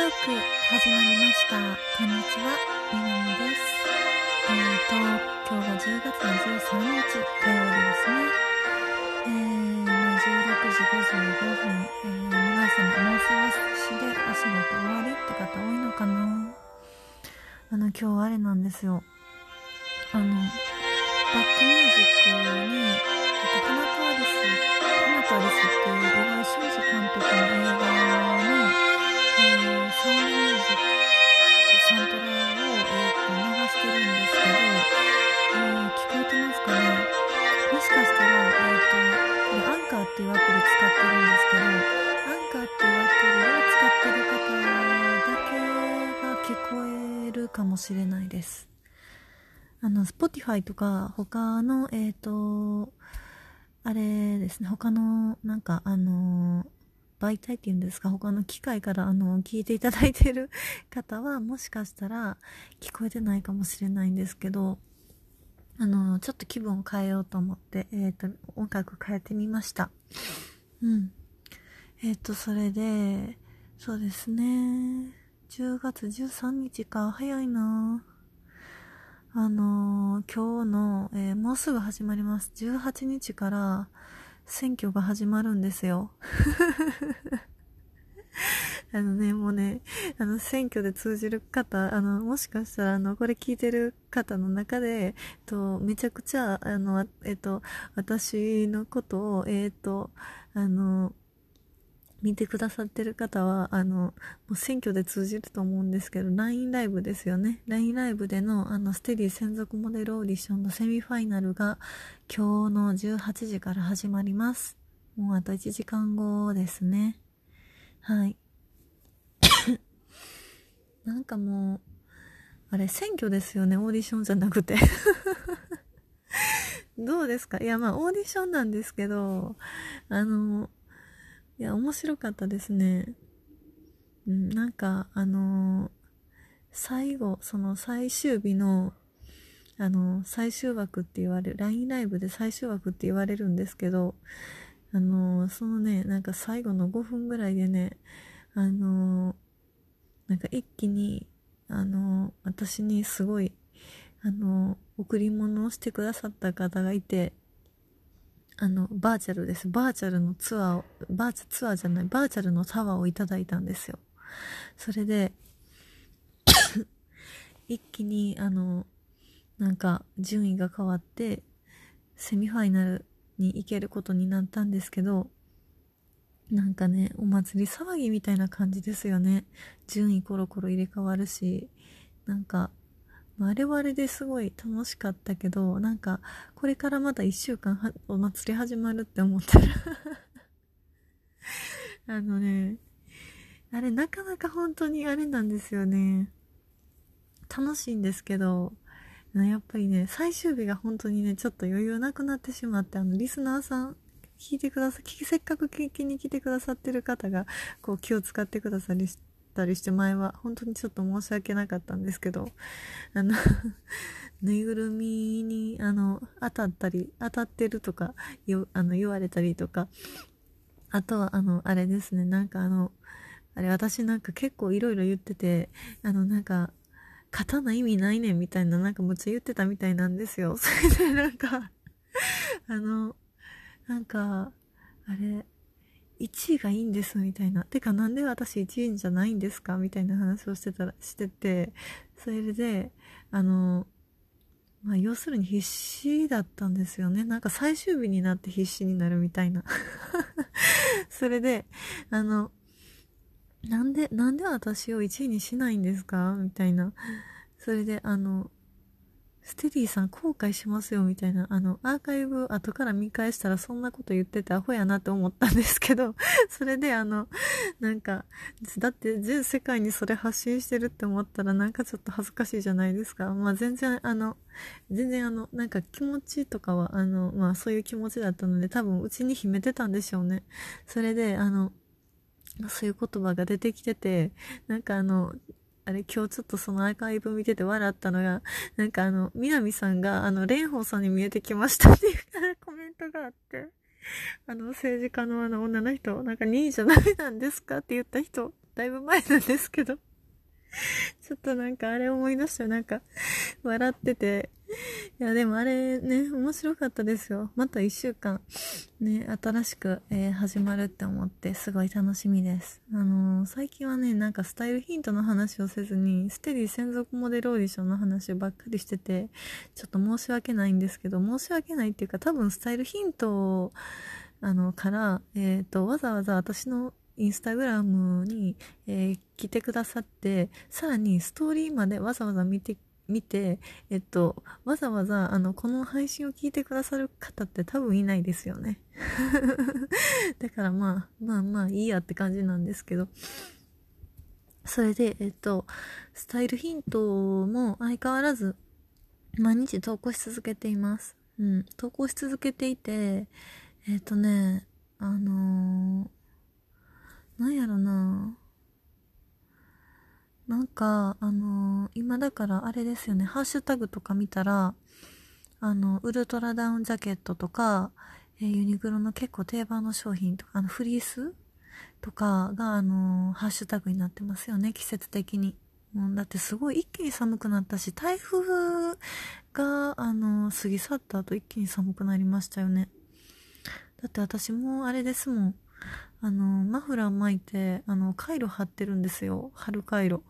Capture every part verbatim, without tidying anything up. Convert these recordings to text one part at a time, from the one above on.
トーク始まりました。こんにちは、みなみです。えーと、今日はじゅうがつのじゅうさんにち火曜日ですね。えー、今じゅうろくじごじゅうごふん、えー、皆様もう少しでお仕事終わりって方多いのかな。あの、今日あれなんですよ。あの、バックミュージックに、カナトアリス、カナトアリスっていう岩井俊二監督の映画の、えー、サウンドミュージック、サントラを、えー、と流してるんですけど、えー、聞こえてますかね。もしかしたら、えー、とこれアンカーっていうアプリ使ってるんですけど、アンカーっていうアプリを使ってる方だけが聞こえるかもしれないです。あの Spotify とか他のえっ、ー、とあれですね、他のなんかあの媒体っていうんですか、他の機械からあの聞いていただいている方はもしかしたら聞こえてないかもしれないんですけど、あのちょっと気分を変えようと思ってえっ、ー、と音楽変えてみました。うんえっ、ー、とそれでそうですね、じゅうがつじゅうさんにちか、早いな。あのー、今日の、えー、もうすぐ始まります。じゅうはちにちから選挙が始まるんですよ。あのね、もうね、あの、選挙で通じる方、あの、もしかしたら、あの、これ聞いてる方の中で、と、めちゃくちゃ、あの、えっと、私のことを、えっと、あの、見てくださってる方は、あの、もう選挙で通じると思うんですけど、ライン ライブですよね。ライン ライブでの、あの、ステディ専属モデルオーディションのセミファイナルが、今日のじゅうはちじから始まります。もうあといちじかんごですね。はい。なんかもう、あれ、選挙ですよね。オーディションじゃなくて。どうですか？いや、まあ、オーディションなんですけど、あの、いや、面白かったですね。うん、なんか、あのー、最後、その最終日の、あのー、最終枠って言われる、ライン ライブで最終枠って言われるんですけど、あのー、そのね、なんか最後のごふんぐらいでね、あのー、なんか一気に、あの私にすごい、あの贈り物をしてくださった方がいて、あの、バーチャルです。バーチャルのツアーを、バーチャルツアーじゃない、バーチャルのタワーをいただいたんですよ。それで、一気に、あの、なんか、順位が変わって、セミファイナルに行けることになったんですけど、なんかね、お祭り騒ぎみたいな感じですよね。順位コロコロ入れ替わるし、なんか、あれはあれですごい楽しかったけど、なんか、これからまた一週間はお祭り始まるって思ったらあのね、あれなかなか本当にあれなんですよね。楽しいんですけど、やっぱりね、最終日が本当にね、ちょっと余裕なくなってしまって、あの、リスナーさん、聞いてくださ、せっかく聞きに来てくださってる方が、こう気を使ってくださりしたりして前は、本当にちょっと申し訳なかったんですけど、あの、ぬいぐるみに、あの、当たったり、当たってるとか、よ、あの、言われたりとか、あとは、あの、あれですね、なんかあの、あれ、私なんか結構いろいろ言ってて、あの、なんか、刀意味ないねんみたいな、なんかむっちゃ言ってたみたいなんですよ。それでなんか、あの、なんか、あれ、いちいがいいんですみたいな。てかなんで私いちいじゃないんですかみたいな話をしてたら、してて、それで、あの、まあ要するに必死だったんですよね。なんか最終日になって必死になるみたいな。それで、あの、なんで、なんで私をいちいにしないんですかみたいな。それで、あの、ステディさん後悔しますよみたいな、あの、アーカイブ後から見返したらそんなこと言っててアホやなって思ったんですけど、それであの、なんか、だって全世界にそれ発信してるって思ったらなんかちょっと恥ずかしいじゃないですか。まあ全然あの、全然あの、なんか気持ちとかはあの、まあそういう気持ちだったので多分うちに秘めてたんでしょうね。それであの、そういう言葉が出てきてて、なんかあの、あれ今日ちょっとそのアーカイブ見てて笑ったのが、なんかあの、みなみさんがあの、蓮舫さんに見えてきましたっていうコメントがあって、あの、政治家のあの女の人、なんかにいじゃダメなんですかって言った人、 だいぶ前なんですけど、ちょっとなんかあれ思い出したらなんか笑ってて、いやでもあれね、面白かったですよ。また一週間ね、新しく、えー始まるって思ってすごい楽しみです。あのー最近はね、なんかスタイルヒントの話をせずに、ステディ専属モデルオーディションの話ばっかりしてて、ちょっと申し訳ないんですけど、申し訳ないっていうか多分スタイルヒントを、あの、から、えっと、わざわざ私のインスタグラムに、えー来てくださって、さらにストーリーまでわざわざ見て、見て、えっと、わざわざ、あの、この配信を聞いてくださる方って多分いないですよね。だからまあ、まあまあいいやって感じなんですけど。それで、えっと、スタイルヒントも相変わらず毎日投稿し続けています。うん、投稿し続けていて、えっとね、あのー、なんやろな、なんか、あのー今だからあれですよね、ハッシュタグとか見たら、あの、ウルトラダウンジャケットとか、えーユニクロの結構定番の商品とか、あの、フリースとかが、あのーハッシュタグになってますよね、季節的に。もうだってすごい一気に寒くなったし、台風が、あのー過ぎ去った後一気に寒くなりましたよね。だって私もあれですもん。あのーマフラー巻いて、あの、カイロ貼ってるんですよ。春カイロ。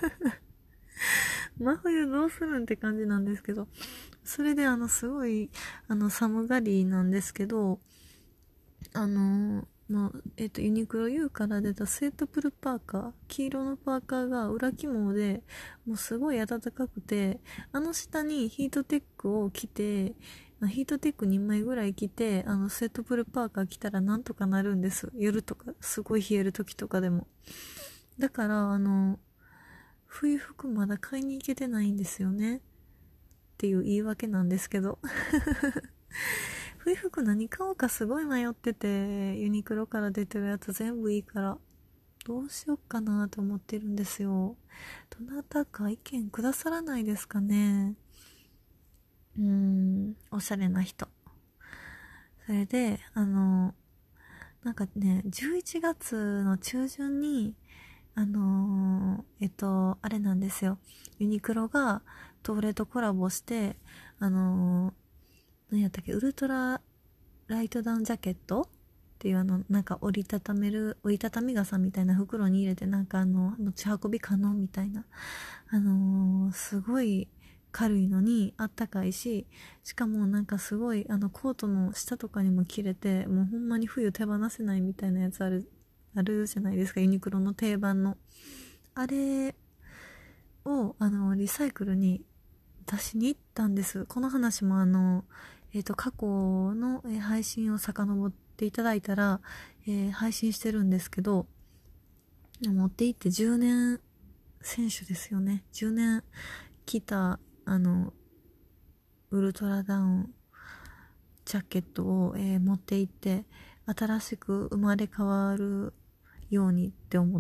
真冬どうするんって感じなんですけど。それであの、すごい、あの、寒がりなんですけど、あのーまあ、えっと、ユニクロ U から出たスウェットプルパーカー、黄色のパーカーが裏肝で、もうすごい暖かくて、あの下にヒートテックを着て、ヒートテックにまいぐらい着て、あの、スウェットプルパーカー着たらなんとかなるんです。夜とか、すごい冷える時とかでも。だから、あの、冬服まだ買いに行けてないんですよね。っていう言い訳なんですけど。冬服何買おうかすごい迷ってて、ユニクロから出てるやつ全部いいから、どうしよっかなと思ってるんですよ。どなたか意見くださらないですかね。うーん、おしゃれな人。それで、あの、なんかね、じゅういちがつの中旬に、あのーえっと、あれなんですよ。ユニクロが東レとコラボして、あのー何やったっけ、ウルトラライトダウンジャケットっていうあの、なんか折りたためる、折りたたみ傘みたいな袋に入れて、なんかあの、持ち運び可能みたいな。あのーすごい軽いのにあったかいし、しかもなんかすごい、あの、コートの下とかにも着れて、もうほんまに冬手放せないみたいなやつある、あるじゃないですか、ユニクロの定番の。あれを、あの、リサイクルに出しに行ったんです。この話もあの、えっと、過去の、えー配信を遡っていただいたら、えー配信してるんですけど、持って行ってじゅうねん選手ですよね。じゅうねん着た、あの、ウルトラダウンジャケットを、えー持って行って、新しく生まれ変わるようにって思って、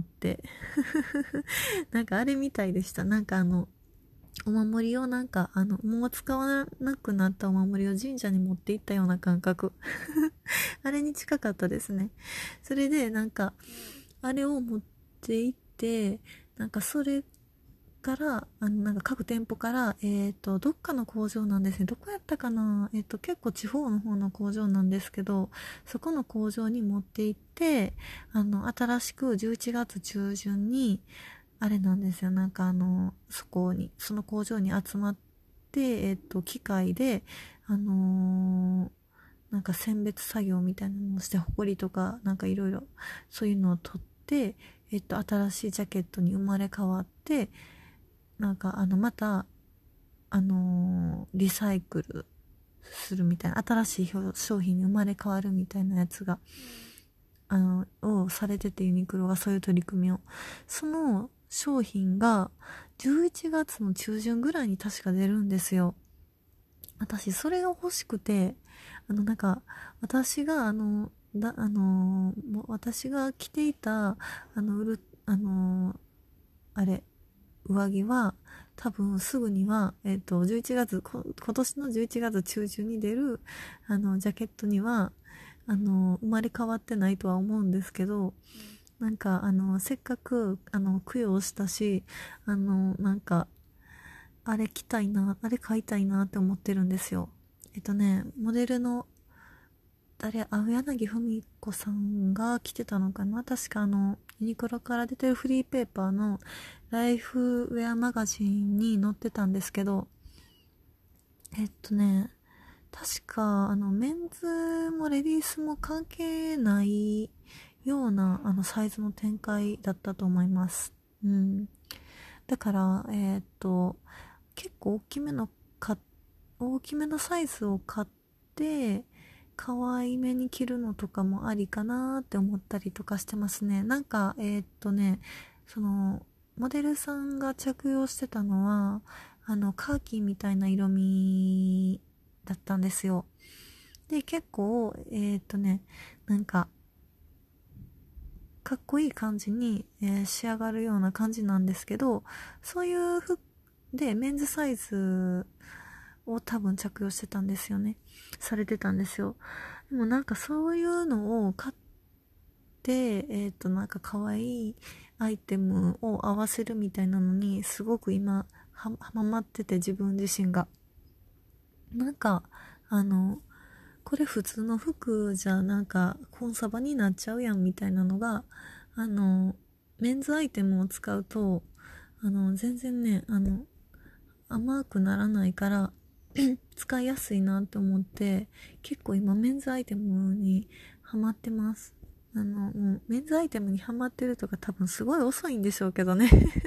なんかあれみたいでした。なんかあの、お守りをなんか、あの、もう使わなくなったお守りを神社に持って行ったような感覚。あれに近かったですね。それで、なんか、あれを持って行って、なんかそれから、あの、なんか各店舗から、えっと、どっかの工場なんですね。どこやったかな、えっと、結構地方の方の工場なんですけど、そこの工場に持って行って、あの、新しくじゅういちがつ中旬に、あれなんですよ。なんかあの、そこに、その工場に集まって、えっと、機械で、あのーなんか選別作業みたいなのをして、ホコリとか、なんかいろいろ、そういうのを取って、えっと、新しいジャケットに生まれ変わって、なんかあの、また、あのーリサイクルするみたいな、新しい商品に生まれ変わるみたいなやつが、あの、をされてて、ユニクロがそういう取り組みを。その商品がじゅういちがつの中旬ぐらいに確か出るんですよ。私、それが欲しくて、あの、なんか、私が、あの、だ、あの、もう私が着ていた、あの、うる、あの、あれ、上着は、多分すぐには、えっと、じゅういちがつ、こ今年のじゅういちがつ中旬に出る、あの、ジャケットには、あの、生まれ変わってないとは思うんですけど、 なんか、あの、せっかく、あの、供養したし、あの、なんか、あれ着たいな、あれ買いたいなって思ってるんですよ。えっとね、モデルの、誰、青柳文子さんが着てたのかな、確かあの、ユニクロから出てるフリーペーパーのライフウェアマガジンに載ってたんですけど、えっとね、確か、あの、メンズもレディースも関係ないような、あの、サイズの展開だったと思います。うん。だから、えーっと、結構大きめのか、大きめのサイズを買って、可愛めに着るのとかもありかなって思ったりとかしてますね。なんか、えーっとね、その、モデルさんが着用してたのは、あの、カーキみたいな色味だったんですよ。で、結構、えーっとね、なんか、かっこいい感じに、えー仕上がるような感じなんですけど、そういう服でメンズサイズを多分着用してたんですよね。されてたんですよ。でもなんかそういうのを買って、えっとなんか可愛いアイテムを合わせるみたいなのにすごく今は、はままってて、自分自身が。なんか、あの、これ普通の服じゃなんかコンサバになっちゃうやんみたいなのが、あの、メンズアイテムを使うと、あの、全然ね、あの、甘くならないから使いやすいなって思って、結構今メンズアイテムにハマってます。あの、もうメンズアイテムにハマってるとか多分すごい遅いんでしょうけどね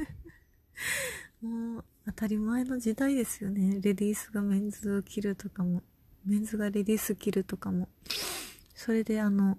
もう当たり前の時代ですよね。レディースがメンズ着るとかも、メンズがレディース着るとかも。それであの、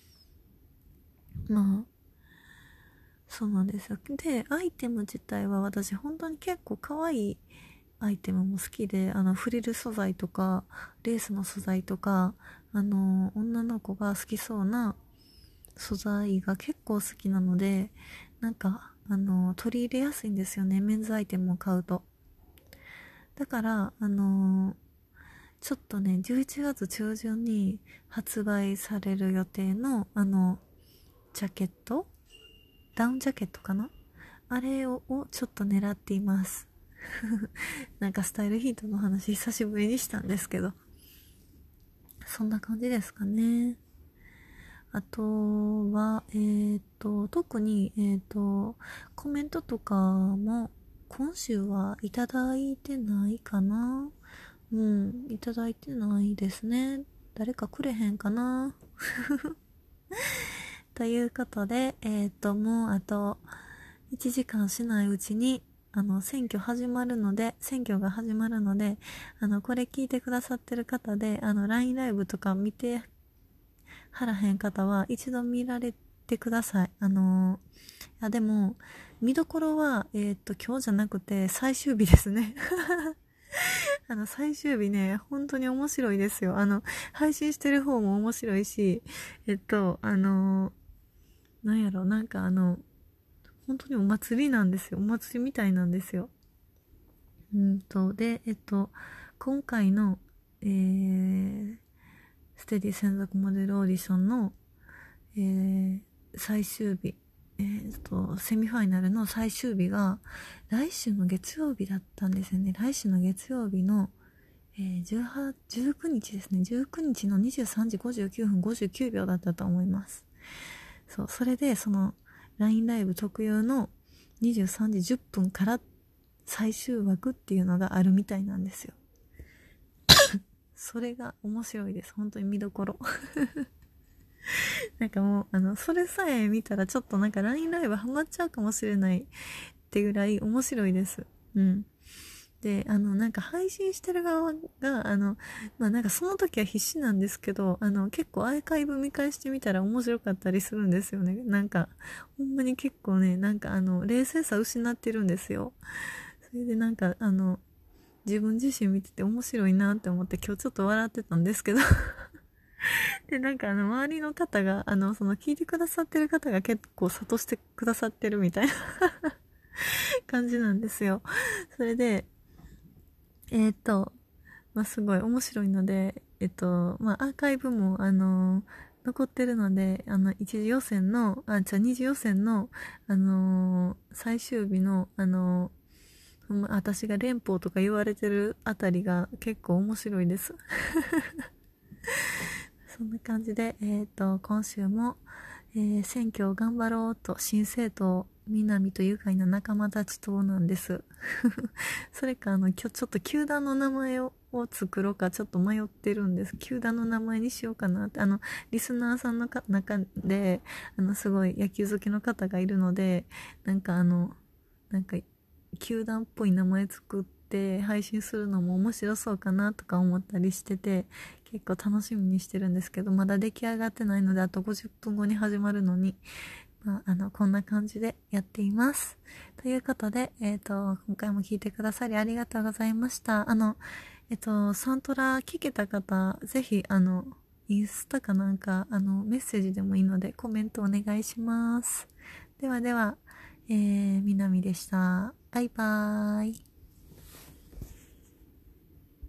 まあ、そうなんですよ。で、アイテム自体は私本当に結構可愛いアイテムも好きで、あの、フリル素材とか、レースの素材とか、あの、女の子が好きそうな素材が結構好きなので、なんか、あの、取り入れやすいんですよね。メンズアイテムを買うと。だから、あのちょっとね、じゅういちがつ中旬に発売される予定の、あの、ジャケットダウンジャケットかな、あれを、をちょっと狙っています。なんかスタイルヒートの話久しぶりにしたんですけど。そんな感じですかね。あとは、えーっと、特に、えーっと、コメントとかも今週はいただいてないかな。うん、いただいてないですね。誰かくれへんかな。ということで、えーっと、もうあといちじかんしないうちに、あの、選挙始まるので、選挙が始まるので、あの、これ聞いてくださってる方で、あの、ライン ライブとか見てはらへん方は、一度見られてください。あのー、いや、でも、見どころは、えーっと、今日じゃなくて、最終日ですね。あの、最終日ね、本当に面白いですよ。あの、配信してる方も面白いし、えっと、あのー、なんやろ、なんかあの、本当にお祭りなんですよ。お祭りみたいなんですよ。うんと、で、えっと、今回の、えー、ステディ専属モデルオーディションの、えー、最終日、えー、と、セミファイナルの最終日が、来週の月曜日だったんですよね。来週の月曜日の、えー、じゅうはち、じゅうくにちですね。じゅうくにちのにじゅうさんじごじゅうきゅうふんごじゅうきゅうびょうだったと思います。そう、それで、その、ライン ライブ特有のにじゅうさんじじゅっぷんから最終枠っていうのがあるみたいなんですよ。それが面白いです。本当に見どころ。なんかもう、あの、それさえ見たらちょっとなんか ライン ライブハマっちゃうかもしれないってぐらい面白いです。うん。で、あの、なんか配信してる側が、あの、まあなんかその時は必死なんですけど、あの、結構アーカイブ見返してみたら面白かったりするんですよね。なんか、ほんまに結構ね、なんかあの、冷静さ失ってるんですよ。それでなんか、あの、自分自身見てて面白いなって思って今日ちょっと笑ってたんですけどで、なんかあの、周りの方が、あの、その聞いてくださってる方が結構諭してくださってるみたいな感じなんですよ。それで、えっと、まあ、すごい面白いので、えっと、まあ、アーカイブも、あの、 残ってるので、あの、一次予選の、あ、じゃあ二次予選の、あのー最終日の、あのーほんま私が連邦とか言われてるあたりが結構面白いです。そんな感じで、えっと、今週も、えー選挙を頑張ろうと、新生徒、南と愉快な仲間たちとなんです。それか、あの、今日ちょっと球団の名前を、を作ろうかちょっと迷ってるんです。球団の名前にしようかなって。あの、リスナーさんのか中で、あの、すごい野球好きの方がいるので、なんかあの、なんか、球団っぽい名前作って配信するのも面白そうかなとか思ったりしてて、結構楽しみにしてるんですけど、まだ出来上がってないので、あとごじゅっぷんごに始まるのに、まあ、あの、こんな感じでやっています。ということで、えっと、今回も聞いてくださりありがとうございました。あの、えっと、サントラ聞けた方、ぜひ、あの、インスタかなんか、あの、メッセージでもいいので、コメントお願いします。ではでは、えー、みなみでした。バイバーイ。